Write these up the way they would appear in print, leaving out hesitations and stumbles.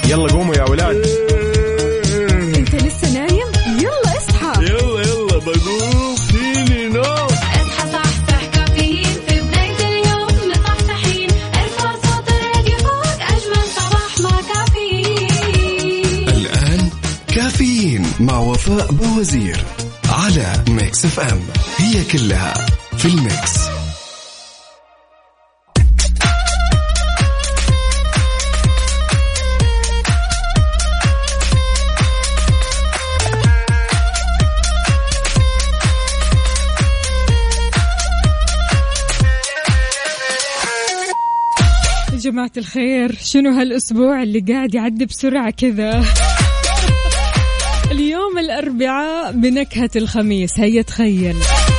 يلا قوموا يا ولاد. انت لسه نايم؟ يلا اصحى. يلا بقوم فيني نوم. اصحى صحصح كافيين في بداية اليوم مصحصحين. ارفع صوت الراديو فوق أجمل صباح مع كافيين. الآن كافيين مع وفاء بوزير على ميكس اف ام. هي كلها في الميكس. جماعة الخير، شنو هالأسبوع اللي قاعد يعدي بسرعة كذا؟ اليوم الأربعاء بنكهة الخميس. هيا تخيل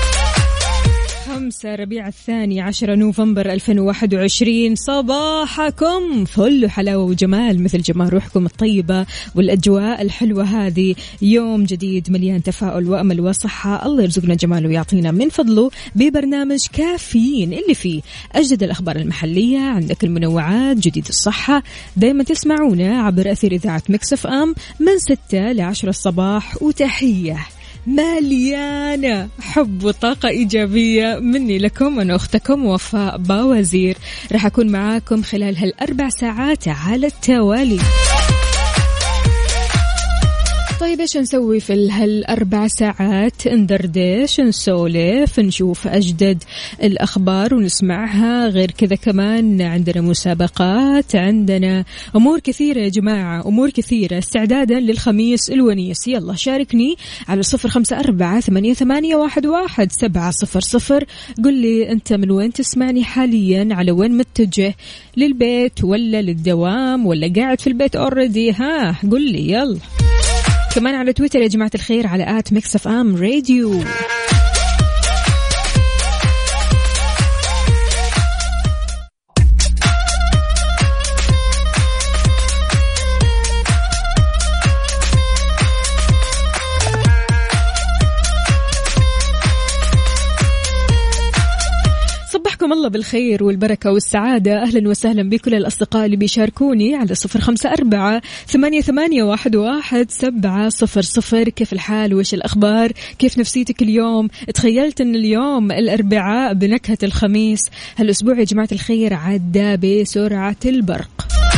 5 ربيع الثاني 10 نوفمبر 2021. صباحكم فل حلاوة وجمال مثل جمال روحكم الطيبة والأجواء الحلوة هذه. يوم جديد مليان تفاؤل وأمل وصحة. الله يرزقنا جماله ويعطينا من فضله ببرنامج كافيين اللي فيه أجدد الأخبار المحلية، عندك المنوعات، جديد الصحة. دايما تسمعونا عبر أثير إذاعة ميكس اف ام من 6 ل 10 الصباح. وتحية مليانة حب وطاقة إيجابية مني لكم، أنا أختكم وفاء باوزير. رح أكون معاكم خلال هالأربع ساعات على التوالي. طيب إيش نسوي في هالأربع ساعات؟ ندردش، نسولف، نشوف أجدد الأخبار ونسمعها. غير كذا كمان عندنا مسابقات، عندنا أمور كثيرة يا جماعة، أمور كثيرة استعدادا للخميس الونيس. يلا شاركني على 0548811700. قل لي أنت من وين تسمعني حاليا، على وين متجه، للبيت ولا للدوام ولا قاعد في البيت أوريدي؟ ها قل لي يلا. كمان على تويتر يا جماعة الخير على @mixfmradio. صبحكم الله بالخير والبركة والسعادة. أهلا وسهلا بكل الأصدقاء اللي بيشاركوني على 0548811700. كيف الحال وإيش الأخبار؟ كيف نفسيتك اليوم؟ تخيلت أن اليوم الأربعاء بنكهة الخميس. هالأسبوع يا جماعة الخير عدى بسرعة البرق.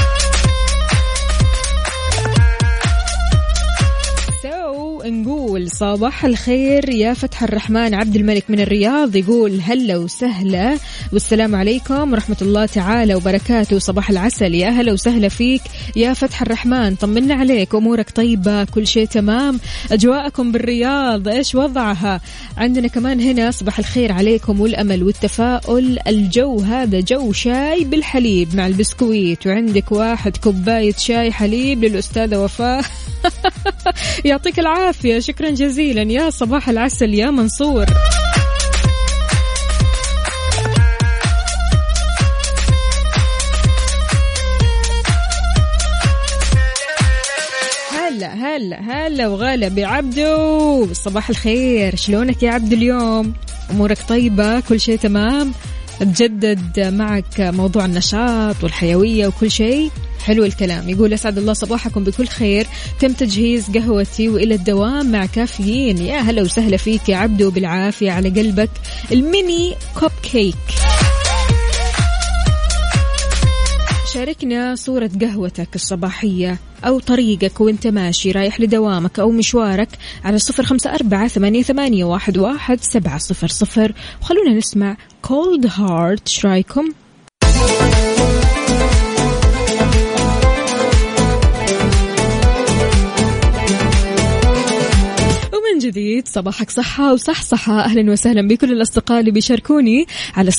نقول صباح الخير يا فتح الرحمن عبد الملك من الرياض، يقول هلا وسهلا والسلام عليكم ورحمة الله تعالى وبركاته. صباح العسل، يا هلا وسهلا فيك يا فتح الرحمن. طمنا عليك، أمورك طيبة، كل شيء تمام؟ أجواءكم بالرياض إيش وضعها؟ عندنا كمان هنا صباح الخير عليكم والأمل والتفاؤل. الجو هذا جو شاي بالحليب مع البسكويت، وعندك 1 كوباية شاي حليب للأستاذة وفاء. يعطيك العافية، شكرا جزيلا يا صباح العسل يا منصور. هلا وغلا بعبدو. صباح الخير، شلونك يا عبد اليوم؟ أمورك طيبة؟ كل شيء تمام؟ تجدد معك موضوع النشاط والحيوية وكل شيء؟ حلو الكلام. يقول أسعد الله صباحكم بكل خير، تم تجهيز قهوتي وإلى الدوام مع كافيين. يا هلا وسهلا فيك يا عبدو، بالعافية على قلبك. الميني كوب كيك. شاركنا صورة قهوتك الصباحية أو طريقك وانت ماشي رايح لدوامك أو مشوارك على 0548811700. وخلونا نسمع Cold Heart. شو رايكم؟ جديد صباحك صحة وصحصحة. أهلا وسهلا بكل الأصدقاء اللي بيشاركوني على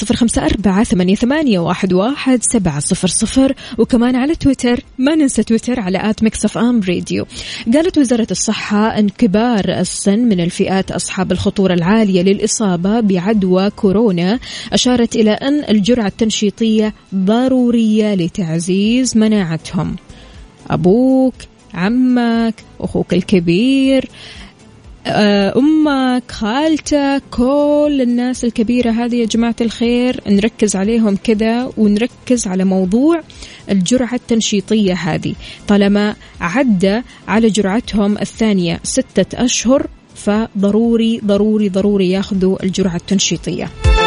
0548811700. وكمان على تويتر، ما ننسى تويتر على @mixfmradio. قالت وزارة الصحة أن كبار السن من الفئات أصحاب الخطورة العالية للإصابة بعدوى كورونا. أشارت إلى أن الجرعة التنشيطية ضرورية لتعزيز مناعتهم. أبوك، عمك، أخوك الكبير، أمك، خالتك، كل الناس الكبيرة هذه يا جماعة الخير نركز عليهم كذا، ونركز على موضوع الجرعة التنشيطية هذه. طالما عدى على جرعتهم الثانية 6 أشهر فضروري ضروري ضروري ياخذوا الجرعة التنشيطية.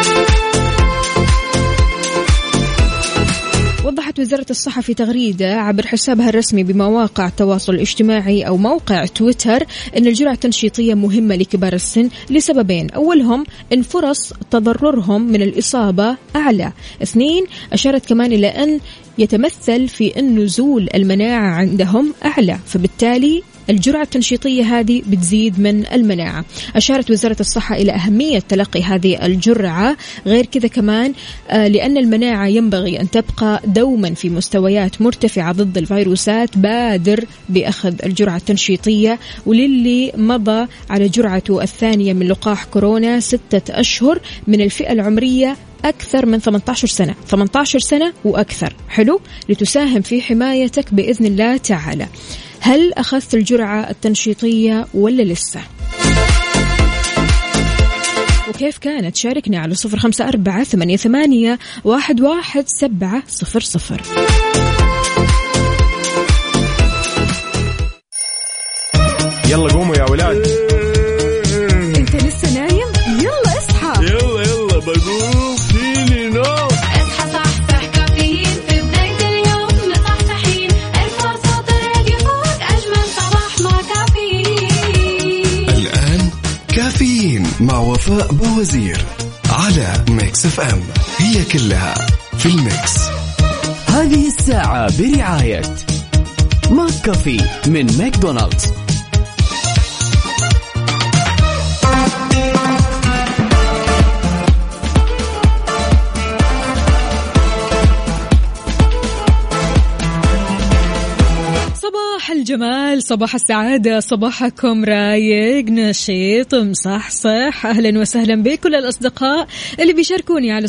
وضحت وزارة الصحة في تغريدة عبر حسابها الرسمي بمواقع التواصل الاجتماعي أو موقع تويتر أن الجرعة التنشيطية مهمة لكبار السن لسببين: أولهم أن فرص تضررهم من الإصابة أعلى. 2 أشارت كمان إلى أن يتمثل في أن نزول المناعة عندهم أعلى، فبالتالي الجرعة التنشيطية هذه بتزيد من المناعة. أشارت وزارة الصحة إلى أهمية تلقي هذه الجرعة. غير كذا كمان لأن المناعة ينبغي أن تبقى دوما في مستويات مرتفعة ضد الفيروسات، بادر بأخذ الجرعة التنشيطية. وللي مضى على جرعته الثانية من لقاح كورونا 6 أشهر من الفئة العمرية أكثر من 18 سنة وأكثر، حلو، لتساهم في حمايتك بإذن الله تعالى. هل أخذت الجرعة التنشيطية ولا لسه؟ وكيف كانت؟ شاركني على 0548811700. يلا قوموا يا ولاد. انت لسه نايم؟ يلا اصحى. يلا بقوم فيني نوم. اصحى صحصح كافيين في بداية اليوم مصحصحين ارفع صوت الراديو فوق أجمل صباح مع كافيين. الآن كافيين مع وفاء بوزير على ميكس اف ام، هي كلها في الميكس. هذه الساعة برعاية ماك كافي من ماكدونالدز. صباح الجمال، صباح السعادة، صباحكم رايق نشيط مصحصح. أهلا وسهلا بكل الأصدقاء اللي بيشاركوني على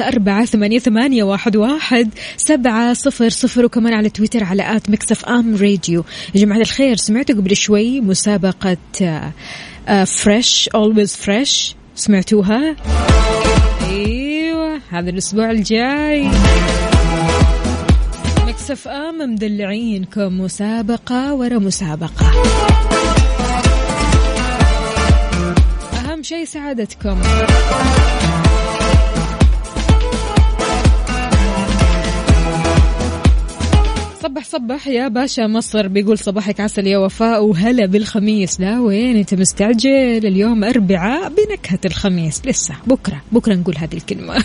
0548811700 وكمان على تويتر على @mixfmradio. يا جماعة الخير، سمعتوا قبل شوي مسابقة فريش always فريش؟ سمعتوها؟ أيوة، هذا الأسبوع الجاي ميكس اف ام مدلعينكم مسابقة ورا مسابقة. أهم شيء سعادتكم. صبح يا باشا مصر، بيقول صباحك عسل يا وفاء وهلا بالخميس. لا وين انت مستعجل؟ اليوم 4 بنكهة الخميس، لسه بكرة نقول هذه الكلمة.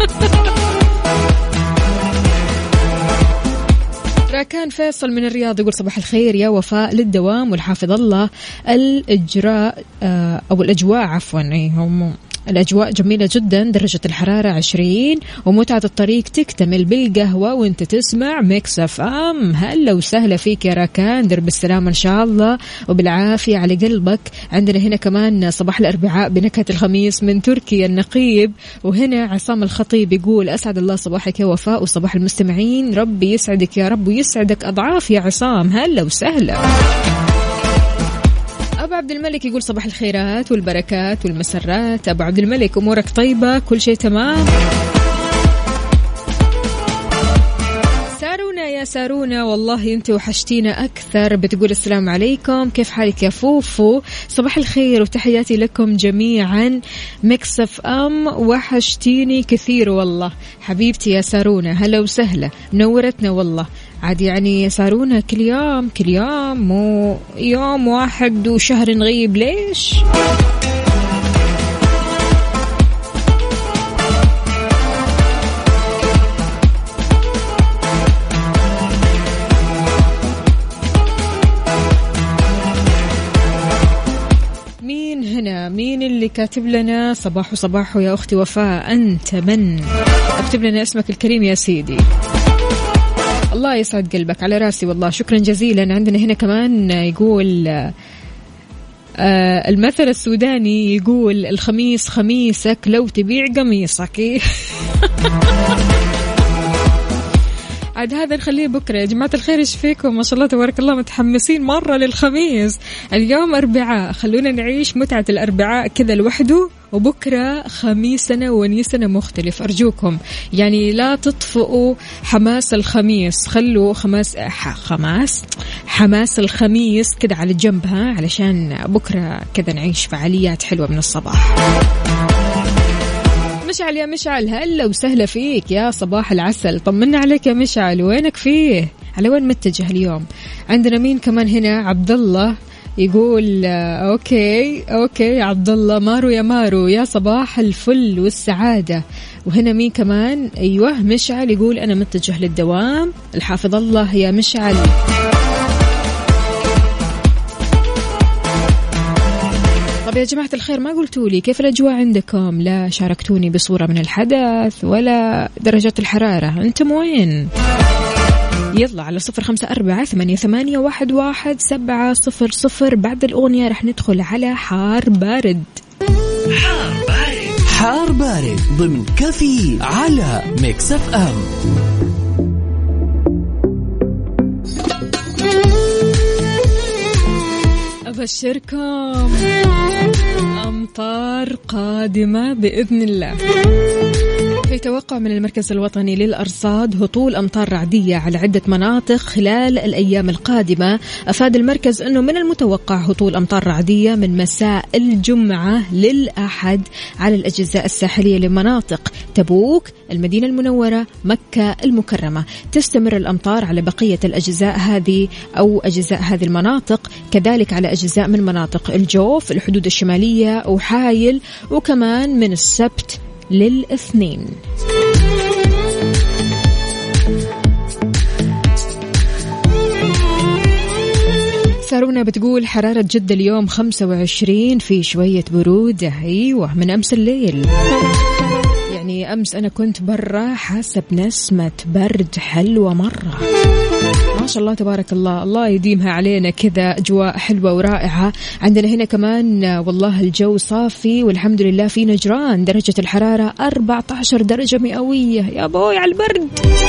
راكان فيصل من الرياض يقول صباح الخير يا وفاء للدوام والحافظ الله. الإجراء أو الأجواء عفوا، هم الأجواء جميلة جدا، درجة الحرارة 20 ومتعة الطريق تكتمل بالقهوة وانت تسمع ميكس اف ام. هلا وسهلا فيك يا راكان، درب السلامة إن شاء الله وبالعافية على قلبك. عندنا هنا كمان صباح الأربعاء بنكهة الخميس من تركيا النقيب. وهنا عصام الخطيب يقول أسعد الله صباحك يا وفاء وصباح المستمعين، ربي يسعدك يا رب ويسعدك أضعاف يا عصام. هلا وسهلا. أبو عبد الملك يقول صباح الخيرات والبركات والمسرات. أبو عبد الملك أمورك طيبة؟ كل شيء تمام؟ سارونا يا سارونا، والله أنت وحشتينا أكثر. بتقول السلام عليكم، كيف حالك يا فوفو؟ صباح الخير وتحياتي لكم جميعا. ميكس اف ام وحشتيني كثير والله. حبيبتي يا سارونا هلا وسهلا، منورتنا والله. عاد يعني سارونا كل يوم مو يوم واحد وشهر نغيب، ليش؟ مين هنا؟ مين اللي كاتب لنا صباح يا أختي وفاء؟ أنت من؟ اكتب لنا اسمك الكريم يا سيدي. الله يسعد قلبك، على راسي والله، شكرا جزيلا. عندنا هنا كمان يقول المثل السوداني يقول الخميس خميسك لو تبيع قميصك. عاد هذا نخليه بكرة يا جماعة الخير. إيش فيكم ما شاء الله تبارك الله متحمسين مرة للخميس. اليوم أربعاء، خلونا نعيش متعة الأربعاء كذا لوحده، وبكرة خميسنا ونيسنا مختلف. أرجوكم يعني لا تطفئوا حماس الخميس، خلوا حماس الخميس كذا على جنب، علشان بكرة كذا نعيش فعاليات حلوة من الصباح. مشعل يا مشعل، هلا وسهلا فيك يا صباح العسل. طمنا عليك يا مشعل، وينك فيه؟ على وين متجه اليوم؟ عندنا مين كمان هنا؟ عبد الله يقول اوكي يا عبد الله. مارو يا مارو، يا صباح الفل والسعادة. وهنا مين كمان؟ ايوه مشعل يقول انا متجه للدوام. الحافظ الله يا مشعل. طب يا جماعة الخير، ما قلتوا لي كيف الأجواء عندكم؟ لا شاركتوني بصورة من الحدث ولا درجة الحرارة. أنتم وين؟ يلا على 0548811700. بعد الأغنية رح ندخل على حار بارد. حار بارد ضمن كافيين على ميكس اف ام. أبشركم أمطار قادمة بإذن الله. في توقع من المركز الوطني للأرصاد هطول أمطار رعدية على عدة مناطق خلال الأيام القادمة. أفاد المركز أنه من المتوقع هطول أمطار رعدية من مساء الجمعة للأحد على الأجزاء الساحلية لمناطق تبوك، المدينة المنورة، مكة المكرمة. تستمر الأمطار على بقية الأجزاء هذه أو أجزاء هذه المناطق، كذلك على أجزاء من مناطق الجوف، الحدود الشمالية وحايل، وكمان من السبت للاثنين. سارونا بتقول حرارة جدة اليوم 25، في شوية برودة. أيوة من أمس الليل، يعني أمس أنا كنت برا حاسة بنسمة برد حلوة مرة. ما شاء الله تبارك الله، الله يديمها علينا كذا أجواء حلوة ورائعة. عندنا هنا كمان والله الجو صافي والحمد لله. في نجران درجة الحرارة 14 درجة مئوية. يا بوي على البرد.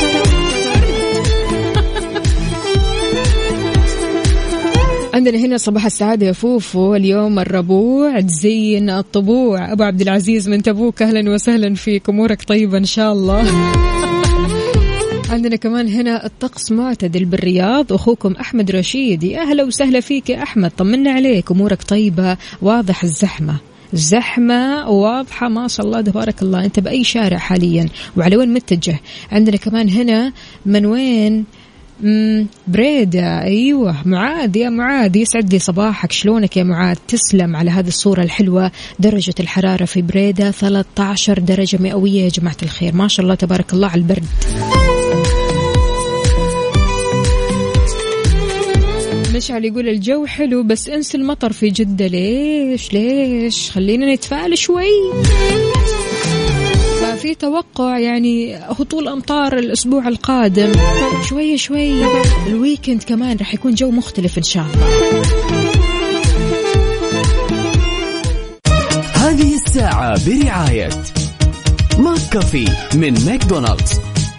عندنا هنا صباح السعادة يا فوفو، اليوم الربوع تزين الطبوع. أبو عبد العزيز من تبوك، أهلا وسهلا فيك، أمورك طيبة إن شاء الله. عندنا كمان هنا الطقس معتدل بالرياض، أخوكم أحمد رشيد. يا أهلا وسهلا فيك يا أحمد، طمنا عليك، أمورك طيبة؟ واضح الزحمة واضحة ما شاء الله تبارك الله. أنت بأي شارع حاليا وعلى وين متجه؟ عندنا كمان هنا من وين؟ بريدة. أيوة معاذ، يا معاذ يسعد لي صباحك، شلونك يا معاذ؟ تسلم على هذه الصورة الحلوة. درجة الحرارة في بريدة 13 درجة مئوية يا جماعة الخير، ما شاء الله تبارك الله على البرد. مشعل يقول الجو حلو بس انسى المطر في جدة. ليش خلينا نتفائل شوي. ففي توقع يعني هطول أمطار الأسبوع القادم شوي. الويكند كمان رح يكون جو مختلف إن شاء الله. هذه الساعة برعاية ماك كافي من ماكدونالدز.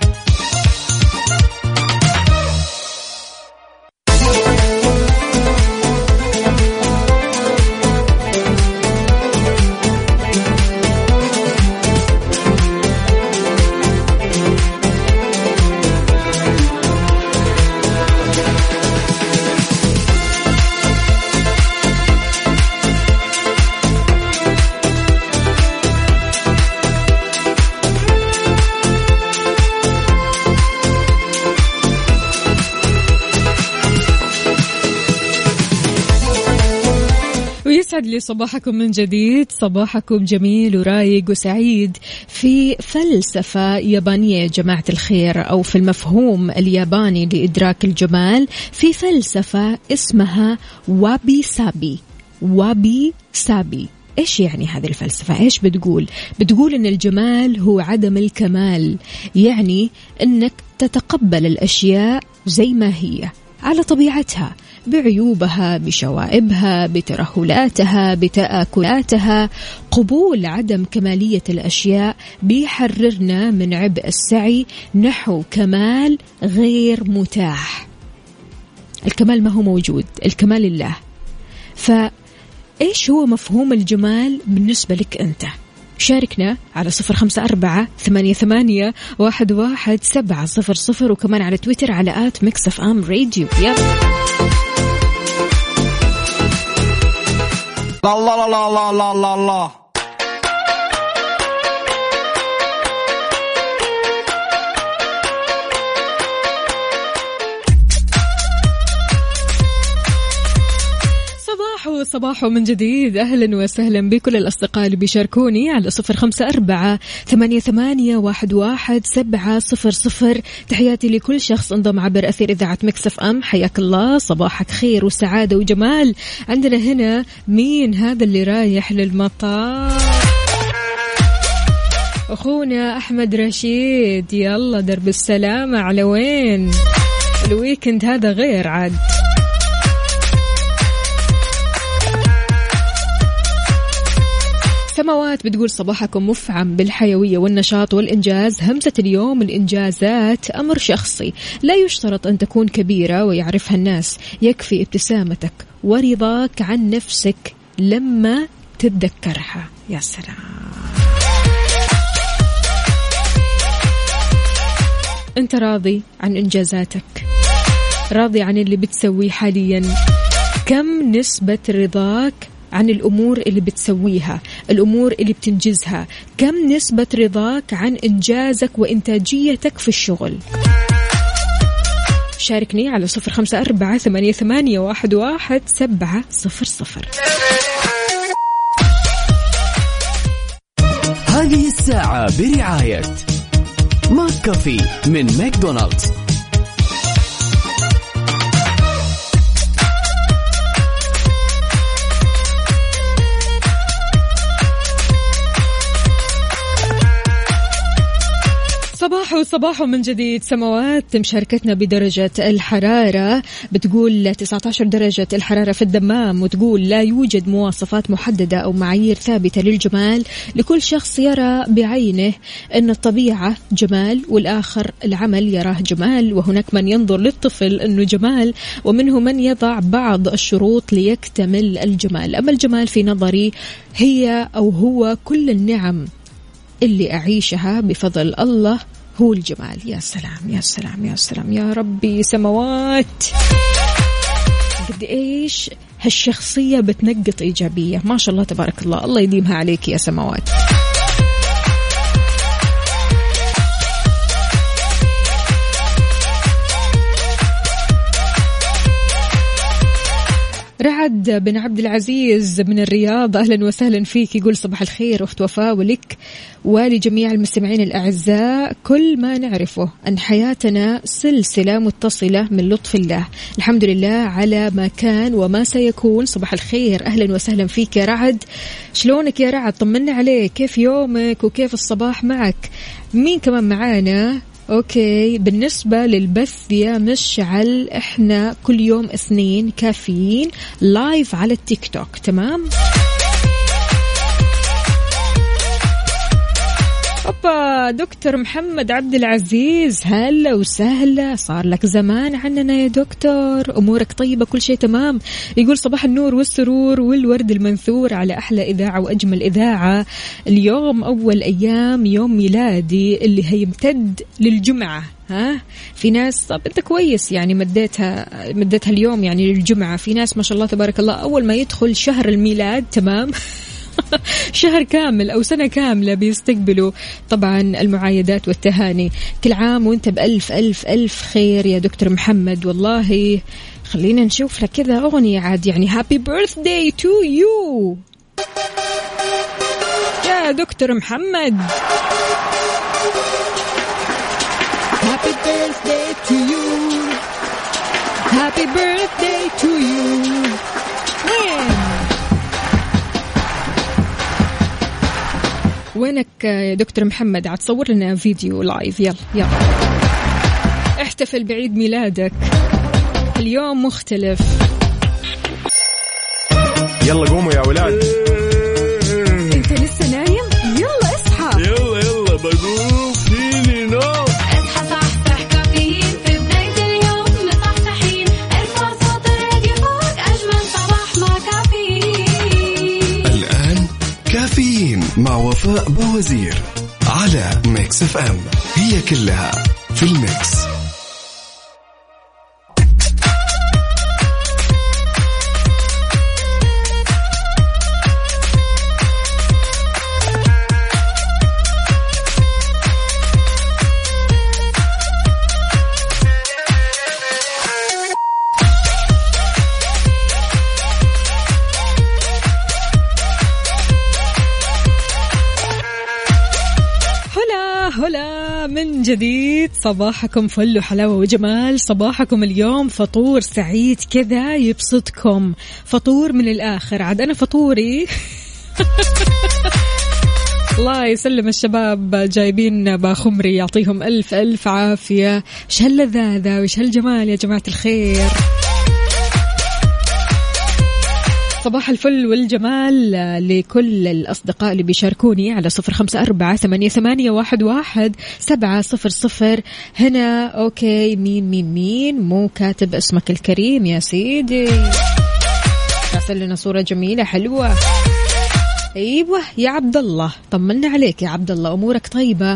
يسعد لي صباحكم من جديد، صباحكم جميل ورايق وسعيد في فلسفة يابانية يا جماعة الخير، أو في المفهوم الياباني لإدراك الجمال. في فلسفة اسمها وابي سابي. وابي سابي إيش يعني هذه الفلسفة؟ إيش بتقول؟ بتقول إن الجمال هو عدم الكمال، يعني إنك تتقبل الأشياء زي ما هي على طبيعتها بعيوبها، بشوائبها، بترهلاتها، بتآكلاتها. قبول عدم كمالية الأشياء بيحررنا من عبء السعي نحو كمال غير متاح. الكمال ما هو موجود، الكمال لله. فإيش هو مفهوم الجمال بالنسبة لك أنت؟ شاركنا على 0548811700 وكمان على تويتر على @mixfmradio. يلا لا لا لا لا لا لا لا. صباح من جديد. أهلا وسهلا بكل الأصدقاء اللي بيشاركوني على 0548811700. تحياتي لكل شخص انضم عبر أثير إذاعة ميكس اف ام. حياك الله، صباحك خير وسعادة وجمال. عندنا هنا مين هذا اللي رايح للمطار؟ أخونا أحمد رشيد. يلا درب السلامة. على وين؟ الويكند هذا غير عاد. سماوات بتقول صباحكم مفعم بالحيوية والنشاط والإنجاز. همزة اليوم: الإنجازات أمر شخصي، لا يشترط أن تكون كبيرة ويعرفها الناس، يكفي ابتسامتك ورضاك عن نفسك لما تتذكرها. يا سلام. أنت راضي عن إنجازاتك؟ راضي عن اللي بتسويه حاليا؟ كم نسبة رضاك عن الأمور اللي بتسويها، الأمور اللي بتنجزها؟ كم نسبة رضاك عن إنجازك وإنتاجيتك في الشغل؟ شاركني على 0548811700. هذه الساعة برعاية ماك كافي من ماكدونالدز. صباح من جديد. سماوات مشاركتنا بدرجة الحرارة، بتقول 19 درجة الحرارة في الدمام، وتقول لا يوجد مواصفات محددة أو معايير ثابتة للجمال. لكل شخص يرى بعينه أن الطبيعة جمال والآخر العمل يراه جمال، وهناك من ينظر للطفل أنه جمال، ومنه من يضع بعض الشروط ليكتمل الجمال. أما الجمال في نظري هي أو هو كل النعم اللي أعيشها بفضل الله هو الجمال. يا سلام يا سلام يا سلام يا ربي. سماوات قد إيش هالشخصية بتنقط إيجابية، ما شاء الله تبارك الله، الله يديمها عليك يا سماوات. رعد بن عبد العزيز من الرياض، أهلا وسهلا فيك. يقول صباح الخير أخت وفاء ولك ولجميع المستمعين الأعزاء. كل ما نعرفه أن حياتنا سلسلة متصلة من لطف الله، الحمد لله على ما كان وما سيكون. صباح الخير، أهلا وسهلا فيك يا رعد. شلونك يا رعد؟ طمنا عليك، كيف يومك وكيف الصباح معك؟ مين كمان معانا؟ أوكي، بالنسبة للبث يا مشعل، إحنا كل يوم اثنين كافيين لايف على التيك توك، تمام؟ أوبا دكتور محمد عبد العزيز، هلا وسهلا، صار لك زمان عننا يا دكتور، أمورك طيبة كل شيء تمام؟ يقول صباح النور والسرور والورد المنثور على أحلى إذاعة وأجمل إذاعة. اليوم أول أيام يوم ميلادي اللي هيمتد للجمعة. ها، في ناس طب أنت كويس يعني مدتها اليوم يعني للجمعة. في ناس ما شاء الله تبارك الله أول ما يدخل شهر الميلاد، تمام، شهر كامل أو سنة كاملة بيستقبلوا طبعا المعايدات والتهاني. كل عام وانت بألف ألف ألف خير يا دكتور محمد. والله خلينا نشوف لك كذا أغنية عاد، يعني happy birthday to you يا دكتور محمد. happy birthday to you, happy birthday to you. وينك يا دكتور محمد؟ عاد تصور لنا فيديو لايف. يلا احتفل بعيد ميلادك. اليوم مختلف. يلا قوموا يا ولاد. انت لسه نايم؟ يلا اصحى. يلا بقوم فيني نوم. اصحى صحصح كافيين في بداية اليوم مصحصحين ارفع صوت الراديو فوق أجمل صباح مع كافيين. الآن كافيين مع وفاء بوزير على ميكس اف ام. هي كلها في الميكس. هلا من جديد، صباحكم فل وحلاوة وجمال. صباحكم اليوم فطور سعيد كذا يبسطكم، فطور من الآخر. عاد أنا فطوري الله يسلم الشباب، جايبين باخمري يعطيهم ألف ألف عافية. وش هاللذاذة وش هالجمال يا جماعة الخير. صباح الفل والجمال لكل الأصدقاء اللي بيشاركوني على 0548811700. هنا أوكي، مين مو كاتب اسمك الكريم يا سيدي. راسل لنا صورة جميلة حلوة. أيوة يا عبد الله، طمنا عليك يا عبد الله، أمورك طيبة؟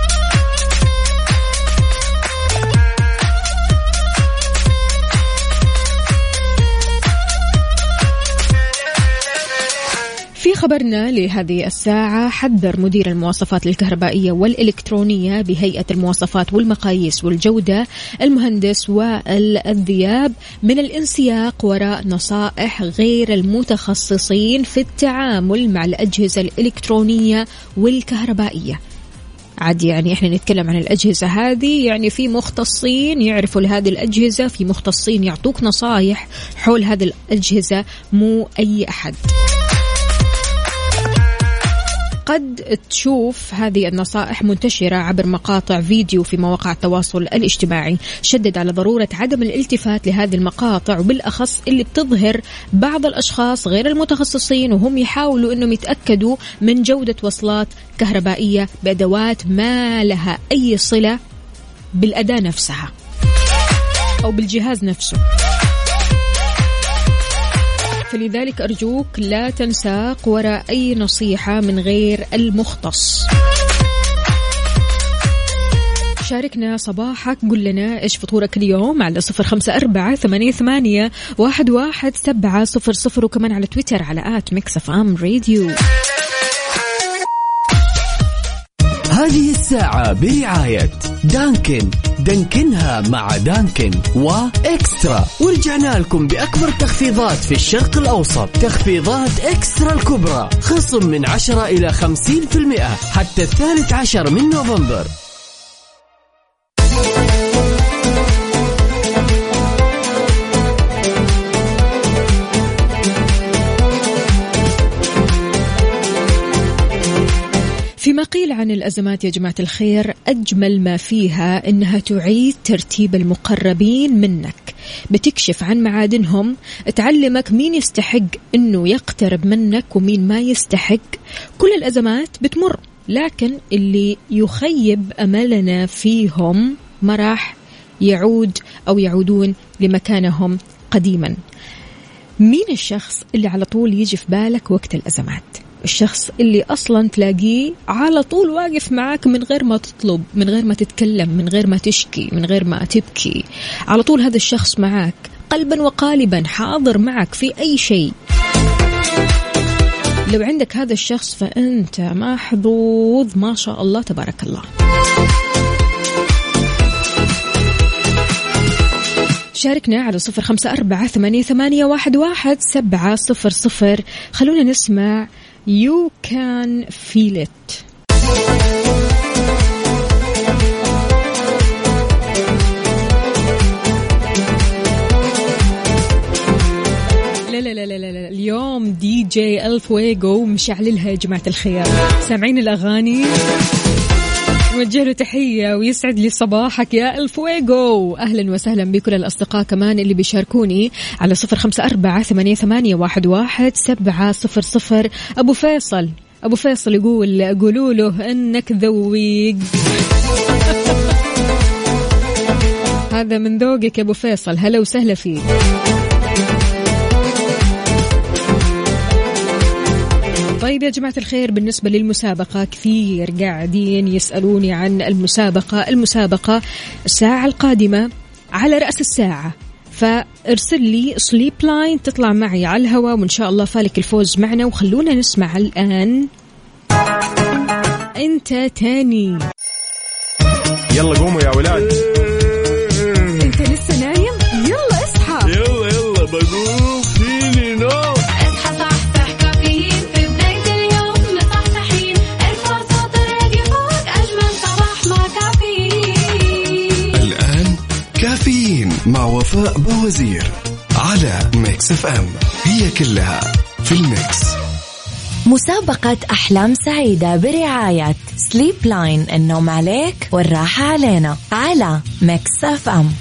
في خبرنا لهذه الساعة، حذر مدير المواصفات الكهربائية والإلكترونية بهيئة المواصفات والمقاييس والجودة المهندس وائل الذياب من الانسياق وراء نصائح غير المتخصصين في التعامل مع الأجهزة الإلكترونية والكهربائية. عاد يعني إحنا نتكلم عن الأجهزة هذه، يعني في مختصين يعرفوا لهذه الأجهزة، في مختصين يعطوك نصائح حول هذه الأجهزة، مو أي أحد. قد تشوف هذه النصائح منتشرة عبر مقاطع فيديو في مواقع التواصل الاجتماعي. شدد على ضرورة عدم الالتفات لهذه المقاطع، وبالأخص اللي بتظهر بعض الأشخاص غير المتخصصين وهم يحاولوا أنهم يتأكدوا من جودة وصلات كهربائية بأدوات ما لها أي صلة بالأداة نفسها أو بالجهاز نفسه. فلذلك أرجوك لا تنساق وراء أي نصيحة من غير المختص. شاركنا صباحك، قل لنا إيش فطورك اليوم على 0548811700، وكمان على تويتر على @mixfmradio. هذه الساعة برعاية دانكن، دانكنها مع دانكن وإكسترا. ورجعنا لكم بأكبر تخفيضات في الشرق الأوسط، تخفيضات إكسترا الكبرى، خصم من 10 إلى 50% حتى 13 من نوفمبر. فيما قيل عن الأزمات يا جماعة الخير، أجمل ما فيها إنها تعيد ترتيب المقربين منك، بتكشف عن معادنهم، تعلمك مين يستحق إنه يقترب منك ومين ما يستحق. كل الأزمات بتمر، لكن اللي يخيب أملنا فيهم ما راح يعود أو يعودون لمكانهم قديما. مين الشخص اللي على طول يجي في بالك وقت الأزمات؟ الشخص اللي أصلا تلاقيه على طول واقف معاك من غير ما تطلب، من غير ما تتكلم، من غير ما تشكي، من غير ما تبكي. على طول هذا الشخص معاك قلبا وقالبا، حاضر معك في أي شيء. لو عندك هذا الشخص فأنت محظوظ ما شاء الله تبارك الله. شاركنا على 0548811700. خلونا نسمع You Can Feel It. لا لا لا لا لا، اليوم دي جي الفويغو مشعللها يا جماعة الخير. سامعين الأغاني نوجه له تحية ويسعد لي صباحك يا الفويغو. أهلا وسهلا بكل الأصدقاء كمان اللي بيشاركوني على 0548811700. أبو فيصل يقول قولوا له إنك ذويق. هذا من ذوقك يا أبو فيصل، هلا وسهلا فيك. طيب يا جماعة الخير، بالنسبة للمسابقة كثير قاعدين يسألوني عن المسابقة الساعة القادمة على رأس الساعة، فارسل لي سليب لاين تطلع معي على الهواء وإن شاء الله فالك الفوز معنا. وخلونا نسمع الآن أنت تاني. يلا قوموا يا ولاد. أنت لسه نايم؟ يلا اصحى. يلا بقوم فيني نو. اصحى صحصح كافيين في بداية اليوم مصحصحين. ارفع صوت الراديو فوق أجمل صباح مع كافيين. الآن كافيين مع وفاء بوزير على ميكس اف ام، هي كلها في الميكس. مسابقة أحلام سعيدة برعاية سليب لاين، النوم عليك والراحة علينا، على ميكس اف ام.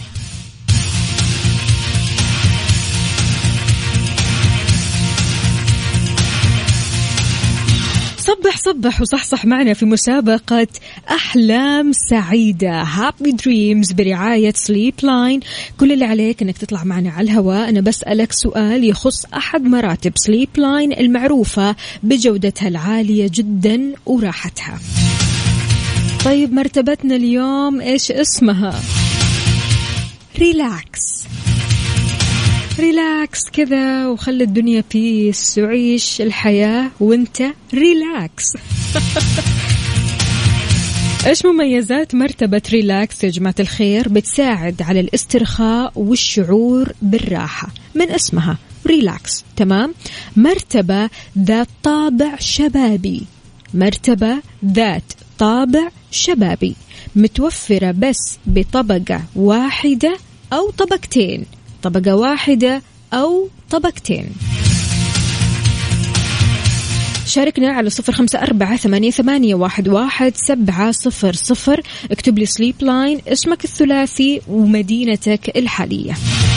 صبح وصحصح معنا في مسابقة أحلام سعيدة هابي دريمز برعاية سليب لاين. كل اللي عليك أنك تطلع معنا على الهواء. أنا بسألك سؤال يخص أحد مراتب سليب لاين المعروفة بجودتها العالية جدا وراحتها. طيب مرتبتنا اليوم إيش اسمها؟ ريلاكس كذا وخلي الدنيا بيس وعيش الحياة وانت ريلاكس. ايش مميزات مرتبة ريلاكس يا جماعة الخير؟ بتساعد على الاسترخاء والشعور بالراحة من اسمها ريلاكس. تمام. مرتبة ذات طابع شبابي متوفرة بس بطبقة واحدة أو طبقتين. طبقة واحدة أو طبقتين. شاركنا على 0548811700. اكتب لي سليب لاين، اسمك الثلاثي ومدينتك الحالية.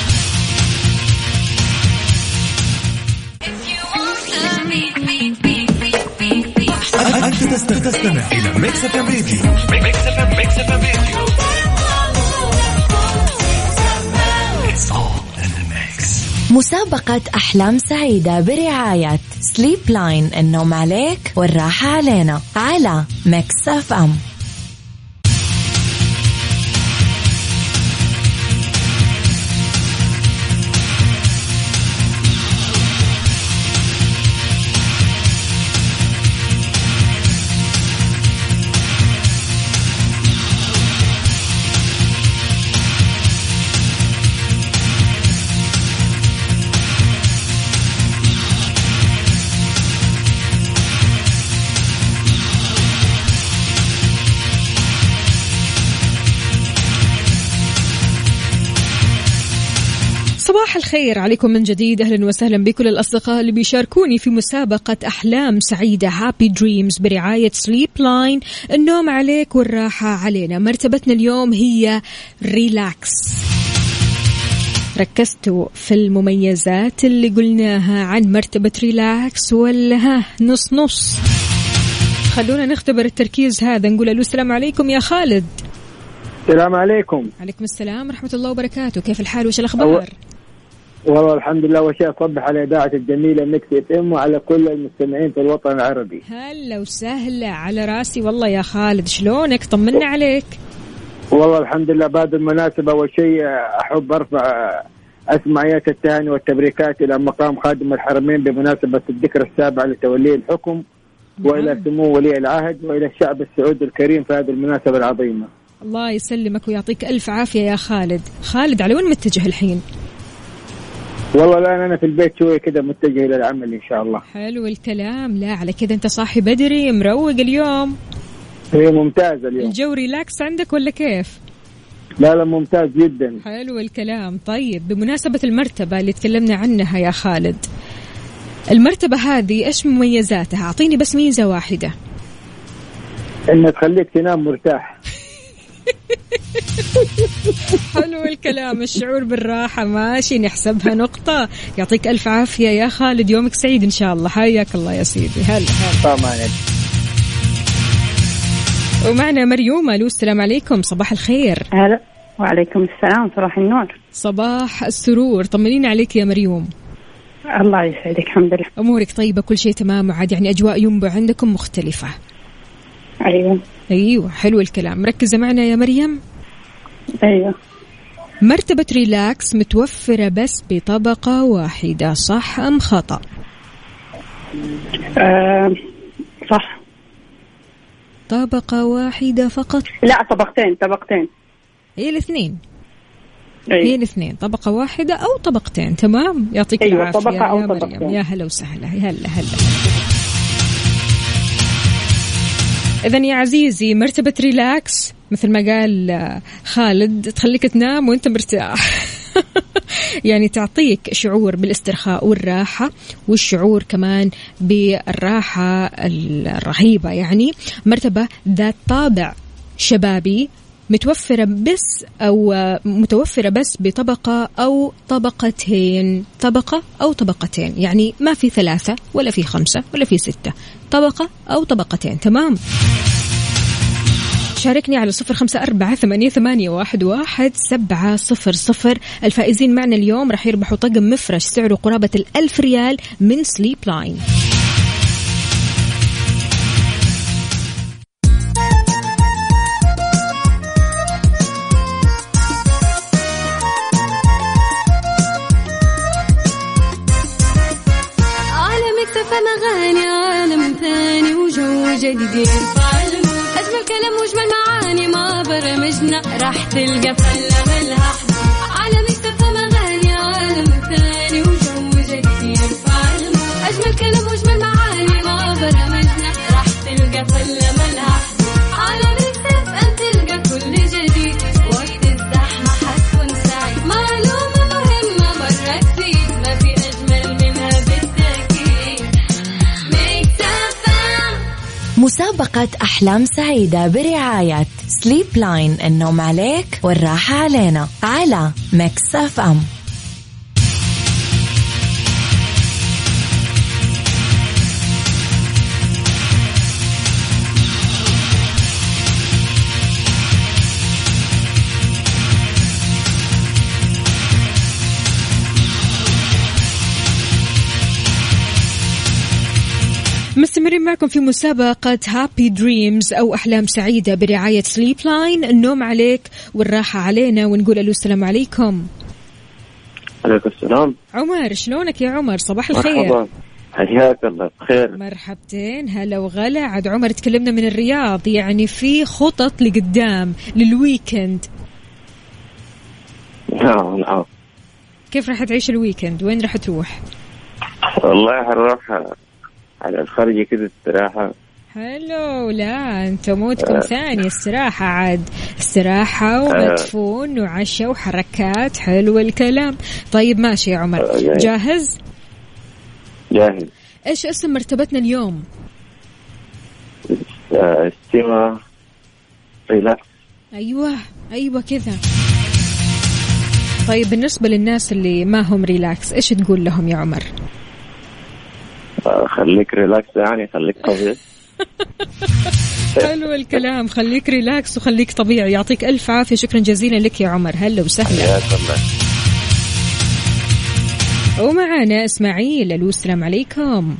أنت تستمع إلى ميكس اف ام راديو. مسابقة أحلام سعيدة برعاية سليب لاين، النوم عليك والراحة علينا، على ميكس اف ام. صباح الخير عليكم من جديد. أهلا وسهلا بكل الأصدقاء اللي بيشاركوني في مسابقة أحلام سعيدة هابي دريمز برعاية سليب لاين، النوم عليك والراحة علينا. مرتبتنا اليوم هي ريلاكس. ركزتوا في المميزات اللي قلناها عن مرتبة ريلاكس ولا نص؟ خلونا نختبر التركيز هذا. نقول له السلام عليكم يا خالد. السلام عليكم. عليكم السلام ورحمة الله وبركاته. كيف الحال وش الأخبار؟ والله الحمد لله. وشيء أصبح على إذاعة الجميلة ميكس اف ام وعلى كل المستمعين في الوطن العربي. هلا وسهلا، على راسي والله يا خالد. شلونك؟ طمنا عليك. والله الحمد لله. بعد المناسبة وشيء أحب أرفع أسمعيات التهاني والتبريكات إلى مقام خادم الحرمين بمناسبة الذكرى السابعة لتوليه الحكم، وإلى سمو ولي العهد وإلى الشعب السعودي الكريم في هذه المناسبة العظيمة. الله يسلمك ويعطيك ألف عافية يا خالد. خالد على وين متجه الحين؟ والله الآن أنا في البيت شوية كده متجه إلى العمل إن شاء الله. حلو الكلام. لا على كده أنت صاحي بدري مروق اليوم. هي ممتازة اليوم. الجو ريلاكس عندك ولا كيف؟ لا ممتاز جدا. حلو الكلام. طيب بمناسبة المرتبة اللي تكلمنا عنها يا خالد، المرتبة هذه إيش مميزاتها؟ أعطيني بس ميزة واحدة. إن تخليك تنام مرتاح. حلو الكلام، الشعور بالراحة، ماشي نحسبها نقطة. يعطيك ألف عافية يا خالد، يومك سعيد إن شاء الله. حياك الله يا سيدي. هلا طبعا. ومعنا مريومة. ألو السلام عليكم، صباح الخير. هلا وعليكم السلام، صباح النور. صباح السرور، طمنين عليك يا مريوم. الله يسعدك، الحمد لله. أمورك طيبة، كل شيء تمام؟ وعاد يعني أجواء ينبع عندكم مختلفة. أيوة حلو الكلام. مركزة معنا يا مريم؟ أيوة. مرتبة ريلاكس متوفرة بس بطبقة واحدة، صح أم خطأ؟ صح. طبقة واحدة فقط؟ لا، طبقتين. هي الاثنين. أيوة. هي الاثنين، طبقة واحدة أو طبقتين. تمام، يعطيك أيوة، العافية طبقة أو يا طبقتين. مريم. يا هلا وسهلا. هلا. إذن يا عزيزي، مرتبة ريلاكس مثل ما قال خالد تخليك تنام وانت مرتاح. يعني تعطيك شعور بالاسترخاء والراحة، والشعور كمان بالراحة الرهيبة. يعني مرتبة ذات طابع شبابي، متوفرة بس بطبقة أو طبقتين. طبقة أو طبقتين، يعني ما في 3 ولا في 5 ولا في 6، طبقة أو طبقتين. تمام. شاركني على 0548811700. الفائزين معنا اليوم رح يربحوا طقم مفرش سعره قرابة 1000 ريال من سليب لاين. أغاني عالم ثاني وجو جديد يرفع المود، أجمل كلام وأجمل معاني ما برمجنا راح تلقى فلة ملها على مكتب أغاني عالم ثاني وجو جديد يرفع المود، أجمل كلام وأجمل معاني ما برمجنا راح تلقى فلة ملها على مكتب أن تلقى كل جديد. وقت الزحمة حتكون سعيد، معلومة مهمة مرة كتير ما في أجمل منها بالتأكيد. مسابقة أحلام سعيدة برعاية سليب لاين، النوم عليك والراحة علينا، على ميكس اف ام. مستمرين معكم في مسابقة هابي دريمز أو أحلام سعيدة برعاية سليب لاين، النوم عليك والراحة علينا. ونقول ألو السلام عليكم. عليكم السلام. عمر، شلونك يا عمر؟ صباح الخير. مرحبا، حياك الله بخير. مرحبتين، هلا وغلا. عاد عمر تكلمنا من الرياض، يعني في خطط لقدام للويكند. نعم. كيف راح تعيش الويكند؟ وين راح تروح؟ والله حنروح على الخارجة كده استراحة. حلو. لا انت موتكم ثاني، استراحة. عاد استراحة ومدفون وعشاء وحركات. حلو الكلام. طيب ماشي يا عمر، جاهز؟ جاهز. ايش اسم مرتبتنا اليوم؟ استماع ريلاكس. ايوه كذا. طيب بالنسبة للناس اللي ما هم ريلاكس، ايش تقول لهم يا عمر؟ خليك ريلاكس، يعني خليك طبيعي. حلو الكلام، خليك ريلاكس وخليك طبيعي. يعطيك ألف عافية، شكرا جزيلا لك يا عمر. هلا وسهلا. ومعنا إسماعيل. ألو السلام عليكم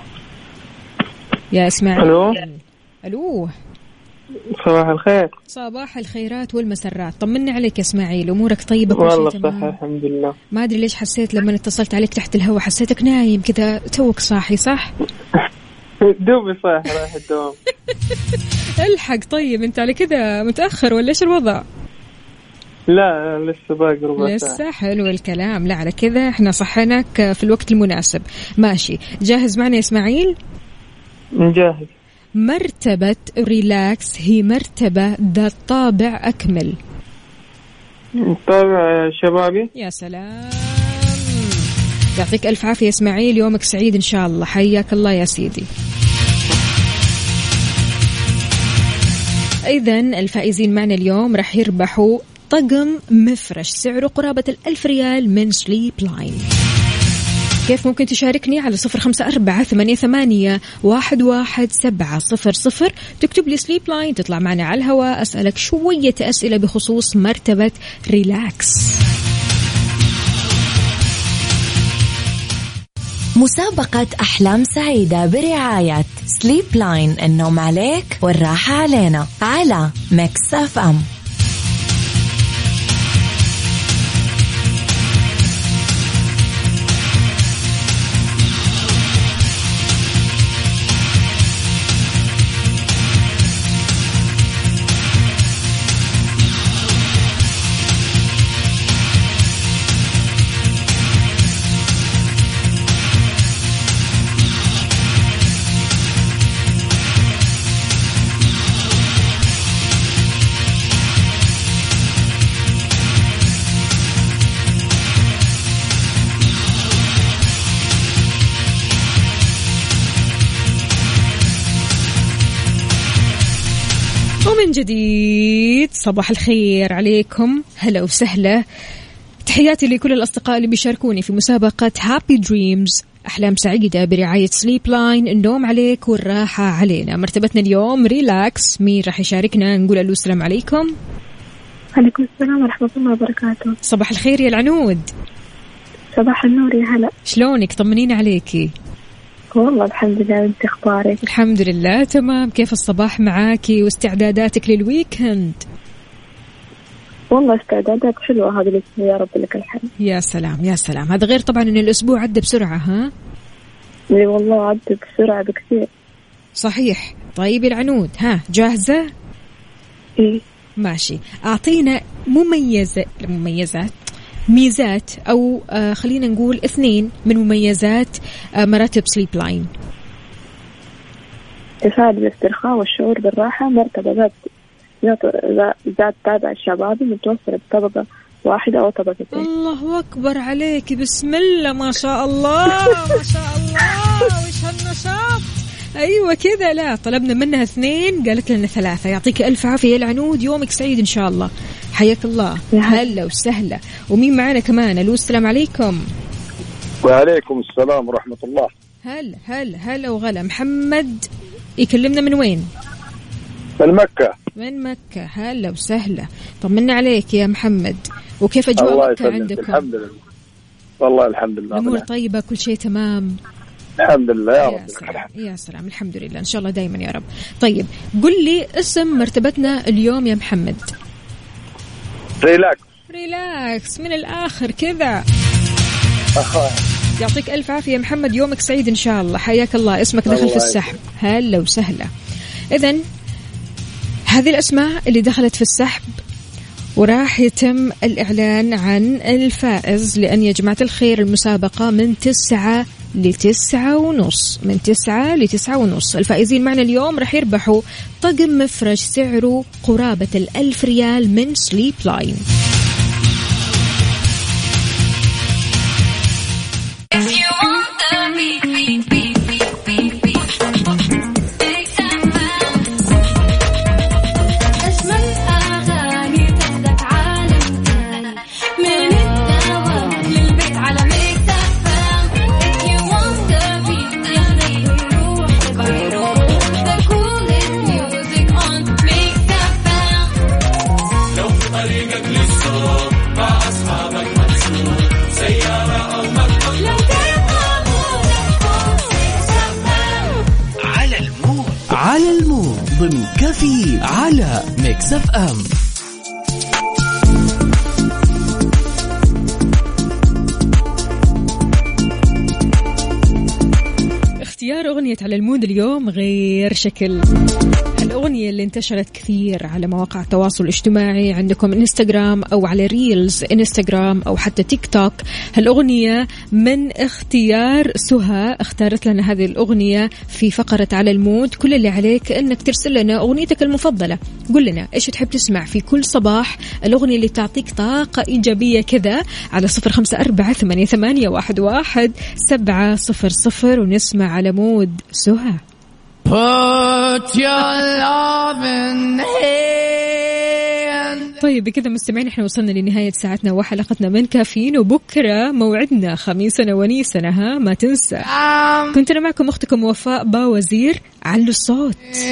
يا إسماعيل. ألو صباح الخير. صباح الخيرات والمسرات. طمني عليك يا إسماعيل، أمورك طيبة؟ والله صح الحمد لله. ما أدري ليش حسيت لما اتصلت عليك تحت الهواء حسيتك نايم كذا، توك صاحي صح؟ دوبي صاحي رايح الدوام. الحق. طيب أنت على كذا متأخر ولا إيش الوضع؟ لا لسه باقي ربع ساعة. لسه. حلو الكلام. لا على كذا احنا صحناك في الوقت المناسب. ماشي، جاهز معنا يا إسماعيل؟ جاهز. مرتبة ريلاكس هي مرتبة ذات طابع أكمل. طابع شبابي. يا سلام، يعطيك ألف عافية يا إسماعيل، يومك سعيد إن شاء الله. حياك الله يا سيدي. إذن الفائزين معنا اليوم راح يربحوا طقم مفرش سعره قرابة 1000 ريال من سليب لاين. كيف ممكن تشاركني؟ على 0548811700. تكتب لي سليب لاين، تطلع معنا على الهواء، أسألك شوية أسئلة بخصوص مرتبة ريلاكس. مسابقة أحلام سعيدة برعاية سليب لاين، النوم عليك والراحة علينا، على ميكس اف ام. ومن جديد صباح الخير عليكم، هلا وسهلا، تحياتي لكل الأصدقاء اللي بيشاركوني في مسابقة هابي دريمز أحلام سعيدة برعاية سليب لاين، النوم عليك والراحة علينا. مرتبتنا اليوم ريلاكس. مين راح يشاركنا؟ نقول ألو، السلام عليكم. عليكم السلام ورحمة الله وبركاته. صباح الخير يا العنود. صباح النور يا هلا. شلونك؟ طمنين عليكي. والله الحمد لله، انت اخبارك؟ الحمد لله تمام. كيف الصباح معاكي واستعداداتك للويكند؟ والله استعدادات حلوة هذا الاسبوع، يا رب لك الحمد. يا سلام يا سلام. هذا غير طبعا ان الاسبوع عدى بسرعة. ها اي والله عدى بسرعة بكثير. صحيح. طيب العنود، ها جاهزة؟ ايه ماشي. اعطينا ميزات او خلينا نقول 2 من مميزات مراتب سليب لاين. تساعد الاسترخاء والشعور بالراحة. مرتبة ذات تابع الشبابي متوفرة بطبقة واحدة أو طبقتين. الله أكبر عليك، بسم الله ما شاء الله ما شاء الله، وش هالنشاط. أيوة كذا. لا طلبنا منها 2 قالت لنا 3. يعطيك ألف عافية يا العنود، يومك سعيد إن شاء الله. حياك الله. هلا وسهلا. ومين معنا كمان؟ ألو السلام عليكم. وعليكم السلام ورحمة الله. هلا وغلا. محمد يكلمنا من وين؟ من مكة. من مكة. هلا وسهلا. طمنا عليك يا محمد، وكيف أجواء مكة عندكم؟ الحمد لله والله الحمد لله. الأمور طيبة، كل شيء تمام الحمد لله يا رب. يا سلام الحمد لله، إن شاء الله دايما يا رب. طيب قل لي اسم مرتبتنا اليوم يا محمد. ريلاكس من الآخر كذا. يعطيك ألف عافية يا محمد، يومك سعيد إن شاء الله. حياك الله. اسمك دخل في السحب. هلا وسهلا. إذن هذه الأسماء اللي دخلت في السحب، وراح يتم الإعلان عن الفائز، لأن يا جماعة الخير المسابقة من 9 ل9:30. من 9 ل9:30 الفائزين معنا اليوم راح يربحوا طقم مفرش سعره قرابة 1000 ريال من سليب لاين. على المود ضمن كافيين على ميكس اف ام. اختيار أغنية على المود اليوم غير شكل. الأغنية اللي انتشرت كثير على مواقع التواصل الاجتماعي، عندكم انستغرام أو على ريلز انستغرام أو حتى تيك توك. هالأغنية من اختيار سهى، اختارت لنا هذه الأغنية في فقرة على المود. كل اللي عليك أنك ترسل لنا أغنيتك المفضلة، قل لنا إيش تحب تسمع في كل صباح، الأغنية اللي تعطيك طاقة إيجابية كذا، على 0548811700 ونسمع على مود سهى. Put your love in hand. طيب بكذا مستمعين احنا وصلنا لنهاية ساعتنا وحلقتنا من كافيين، وبكرة موعدنا خميسنا ونيسنا، ها ما تنسى. كنت أنا معكم أختكم وفاء باوزير. علوا الصوت.